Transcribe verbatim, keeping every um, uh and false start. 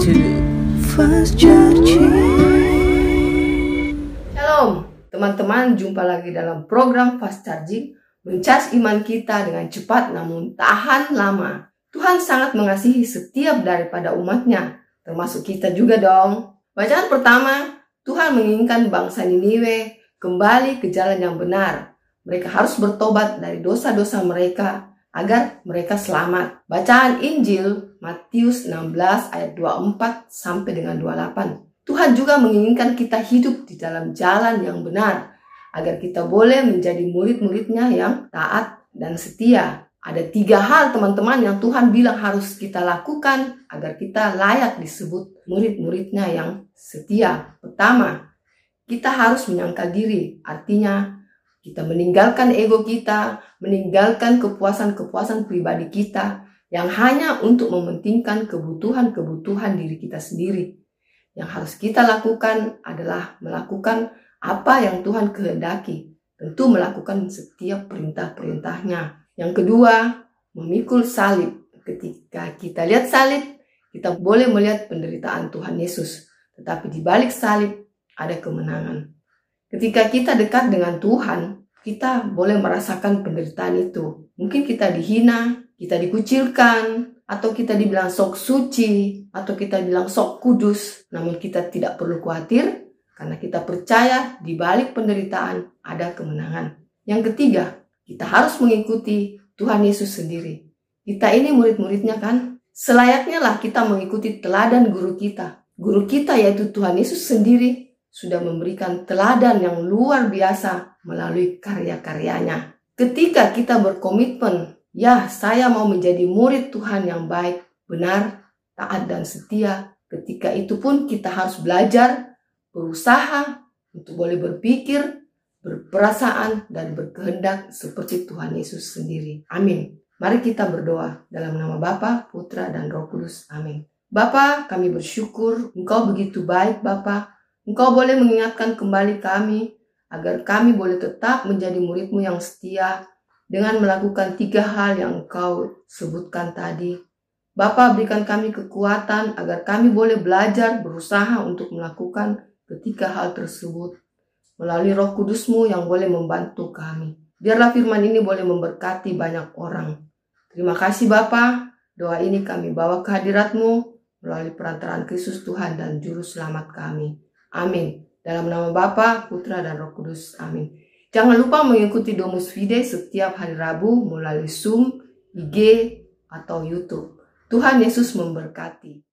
to Fast Charging. Shalom teman-teman, jumpa lagi dalam program Fast Charging, mencas iman kita dengan cepat namun tahan lama. Tuhan sangat mengasihi setiap daripada umatnya, termasuk kita juga dong. Bacaan pertama, Tuhan menginginkan bangsa Niniwe kembali ke jalan yang benar. Mereka harus bertobat dari dosa-dosa mereka agar mereka selamat. Bacaan Injil Matius enam belas ayat dua puluh empat sampai dengan dua puluh delapan. Tuhan juga menginginkan kita hidup di dalam jalan yang benar agar kita boleh menjadi murid-muridnya yang taat dan setia. Ada tiga hal teman-teman yang Tuhan bilang harus kita lakukan agar kita layak disebut murid-muridnya yang setia. Pertama, kita harus menyangkal diri, artinya kita meninggalkan ego kita, meninggalkan kepuasan-kepuasan pribadi kita yang hanya untuk mementingkan kebutuhan-kebutuhan diri kita sendiri. Yang harus kita lakukan adalah melakukan apa yang Tuhan kehendaki, tentu melakukan setiap perintah-perintahnya. Yang kedua, memikul salib. Ketika kita lihat salib, kita boleh melihat penderitaan Tuhan Yesus, tetapi di balik salib ada kemenangan. Ketika kita dekat dengan Tuhan, kita boleh merasakan penderitaan itu. Mungkin kita dihina, kita dikucilkan, atau kita dibilang sok suci, atau kita bilang sok kudus. Namun kita tidak perlu khawatir, karena kita percaya di balik penderitaan ada kemenangan. Yang ketiga, kita harus mengikuti Tuhan Yesus sendiri. Kita ini murid-muridnya kan? Selayaknya lah kita mengikuti teladan guru kita. Guru kita yaitu Tuhan Yesus sendiri sudah memberikan teladan yang luar biasa melalui karya-karyanya. Ketika kita berkomitmen, ya saya mau menjadi murid Tuhan yang baik, benar, taat dan setia. Ketika itu pun kita harus belajar, berusaha untuk boleh berpikir, berperasaan dan berkehendak seperti Tuhan Yesus sendiri. Amin. Mari kita berdoa dalam nama Bapa, Putra dan Roh Kudus. Amin. Bapa, kami bersyukur Engkau begitu baik Bapa. Engkau boleh mengingatkan kembali kami agar kami boleh tetap menjadi murid-Mu yang setia dengan melakukan tiga hal yang Engkau sebutkan tadi. Bapa, berikan kami kekuatan agar kami boleh belajar berusaha untuk melakukan ketiga hal tersebut melalui Roh Kudus-Mu yang boleh membantu kami. Biarlah firman ini boleh memberkati banyak orang. Terima kasih Bapa. Doa ini kami bawa ke hadirat-Mu melalui perantaraan Kristus Tuhan dan Juru Selamat kami. Amin. Dalam nama Bapa, Putra dan Roh Kudus. Amin. Jangan lupa mengikuti Domus Fide setiap hari Rabu melalui Zoom, I G, atau YouTube. Tuhan Yesus memberkati.